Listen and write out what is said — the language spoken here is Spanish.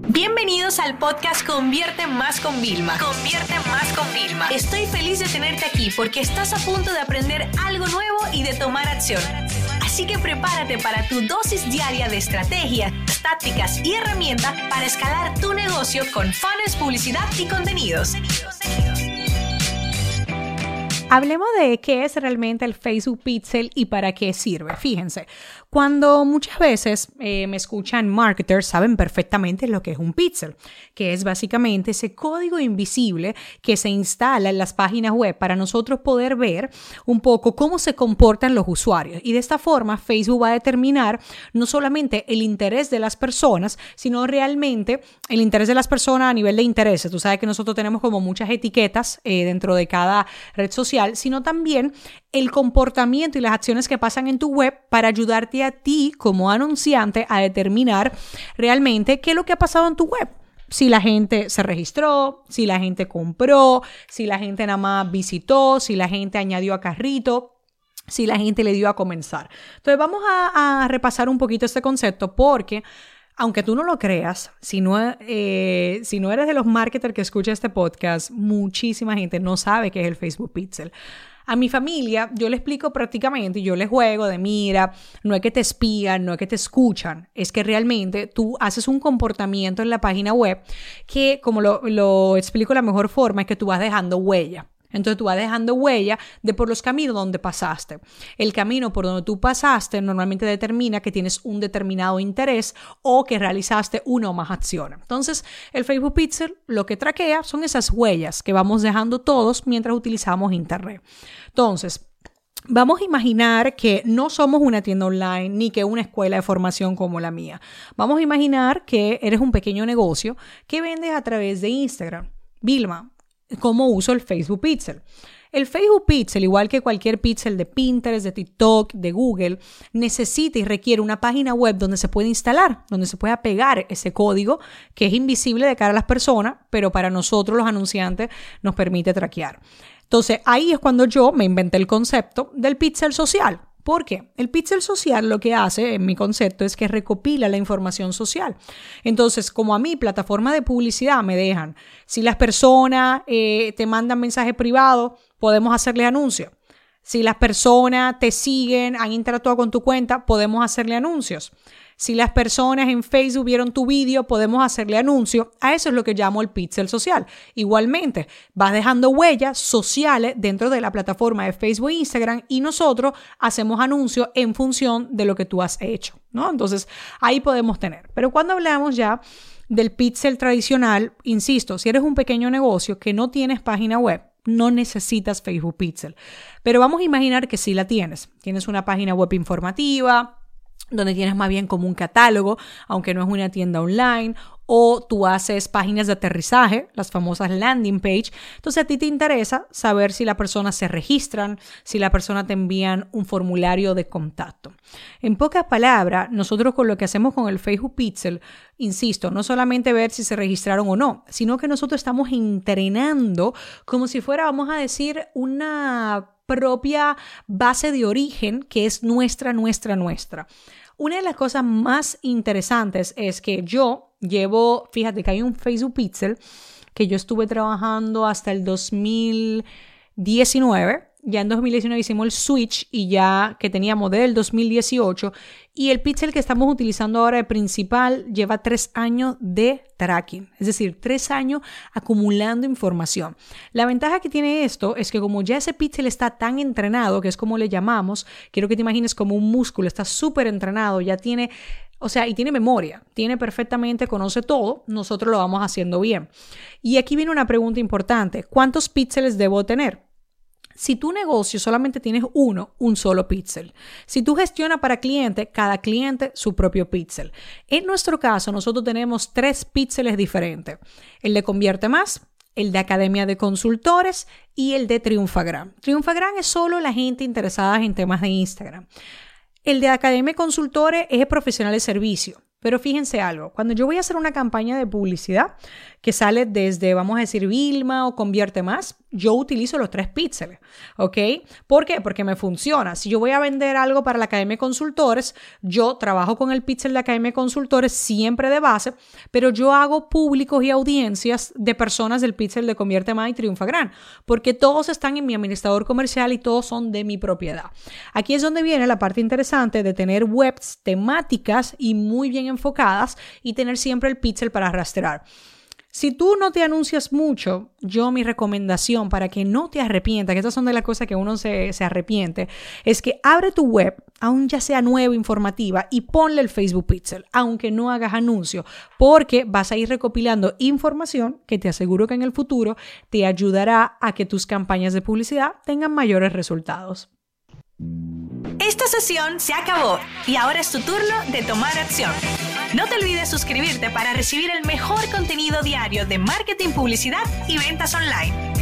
Bienvenidos al podcast Convierte Más con Vilma. Convierte Más con Vilma. Estoy feliz de tenerte aquí porque estás a punto de aprender algo nuevo y de tomar acción. Así que prepárate para tu dosis diaria de estrategias, tácticas y herramientas para escalar tu negocio con funnels, publicidad y contenidos. Hablemos de qué es realmente el Facebook Pixel y para qué sirve. Fíjense, cuando muchas veces me escuchan marketers, saben perfectamente lo que es un pixel, que es básicamente ese código invisible que se instala en las páginas web para nosotros poder ver un poco cómo se comportan los usuarios. Y de esta forma, Facebook va a determinar no solamente el interés de las personas, sino realmente el interés de las personas a nivel de intereses. Tú sabes que nosotros tenemos como muchas etiquetas dentro de cada red social, sino también el comportamiento y las acciones que pasan en tu web para ayudarte a ti como anunciante a determinar realmente qué es lo que ha pasado en tu web. Si la gente se registró, si la gente compró, si la gente nada más visitó, si la gente añadió a carrito, si la gente le dio a comenzar. Entonces vamos a repasar un poquito este concepto porque aunque tú no lo creas, si no eres de los marketers que escucha este podcast, muchísima gente no sabe qué es el Facebook Pixel. A mi familia yo le explico prácticamente, yo les juego de mira, no es que te espían, no es que te escuchan, es que realmente tú haces un comportamiento en la página web que, como lo explico de la mejor forma, es que tú vas dejando huella. Entonces tú vas dejando huella de por los caminos donde pasaste. El camino por donde tú pasaste normalmente determina que tienes un determinado interés o que realizaste una o más acciones. Entonces el Facebook Pixel lo que traquea son esas huellas que vamos dejando todos mientras utilizamos Internet. Entonces, vamos a imaginar que no somos una tienda online ni que una escuela de formación como la mía. Vamos a imaginar que eres un pequeño negocio que vendes a través de Instagram. Vilma, ¿cómo uso el Facebook Pixel? El Facebook Pixel, igual que cualquier pixel de Pinterest, de TikTok, de Google, necesita y requiere una página web donde se puede instalar, donde se pueda pegar ese código que es invisible de cara a las personas, pero para nosotros los anunciantes nos permite traquear. Entonces, ahí es cuando yo me inventé el concepto del pixel social. ¿Por qué? El pixel social lo que hace, en mi concepto, es que recopila la información social. Entonces, como a mí, plataforma de publicidad me dejan, si las personas te mandan mensaje privado, podemos hacerle anuncios. Si las personas te siguen, han interactuado con tu cuenta, podemos hacerle anuncios. Si las personas en Facebook vieron tu vídeo, podemos hacerle anuncios. A eso es lo que llamo el pixel social. Igualmente, vas dejando huellas sociales dentro de la plataforma de Facebook e Instagram y nosotros hacemos anuncios en función de lo que tú has hecho, ¿no? Entonces, ahí podemos tener. Pero cuando hablamos ya del pixel tradicional, insisto, si eres un pequeño negocio que no tienes página web, no necesitas Facebook Pixel. Pero vamos a imaginar que sí la tienes. Tienes una página web informativa, donde tienes más bien como un catálogo, aunque no es una tienda online, o tú haces páginas de aterrizaje, las famosas landing page. Entonces a ti te interesa saber si la persona se registran, si la persona te envían un formulario de contacto. En pocas palabras, nosotros con lo que hacemos con el Facebook Pixel, insisto, no solamente ver si se registraron o no, sino que nosotros estamos entrenando como si fuera, vamos a decir, una propia base de origen que es nuestra. Una de las cosas más interesantes es que yo fíjate que hay un Facebook Pixel que yo estuve trabajando hasta el 2019. Ya en 2019 hicimos el switch y ya que teníamos desde el 2018 y el pixel que estamos utilizando ahora de principal lleva 3 años de tracking, es decir, 3 años acumulando información. La ventaja que tiene esto es que como ya ese pixel está tan entrenado, que es como le llamamos, quiero que te imagines como un músculo, está súper entrenado, ya tiene, y tiene memoria, conoce todo, nosotros lo vamos haciendo bien. Y aquí viene una pregunta importante, ¿cuántos píxeles debo tener? Si tu negocio solamente tienes un solo píxel. Si tú gestionas para cliente, cada cliente su propio píxel. En nuestro caso, nosotros tenemos 3 píxeles diferentes. El de Convierte Más, el de Academia de Consultores y el de Triunfagram. Triunfagram es solo la gente interesada en temas de Instagram. El de Academia de Consultores es profesional de servicio. Pero fíjense algo, cuando yo voy a hacer una campaña de publicidad que sale desde, vamos a decir, Vilma o Convierte Más, yo utilizo los 3 píxeles, ¿ok? ¿Por qué? Porque me funciona. Si yo voy a vender algo para la Academia de Consultores, yo trabajo con el píxel de Academia de Consultores siempre de base, pero yo hago públicos y audiencias de personas del píxel de Convierte Más y Triunfa Gran, porque todos están en mi administrador comercial y todos son de mi propiedad. Aquí es donde viene la parte interesante de tener webs temáticas y muy bien enfocadas y tener siempre el píxel para rastrear. Si tú no te anuncias mucho, mi recomendación para que no te arrepientas, que estas son de las cosas que uno se arrepiente, es que abre tu web, aun ya sea nueva, informativa, y ponle el Facebook Pixel, aunque no hagas anuncio, porque vas a ir recopilando información que te aseguro que en el futuro te ayudará a que tus campañas de publicidad tengan mayores resultados. Esta sesión se acabó y ahora es tu turno de tomar acción. No te olvides suscribirte para recibir el mejor contenido diario de marketing, publicidad y ventas online.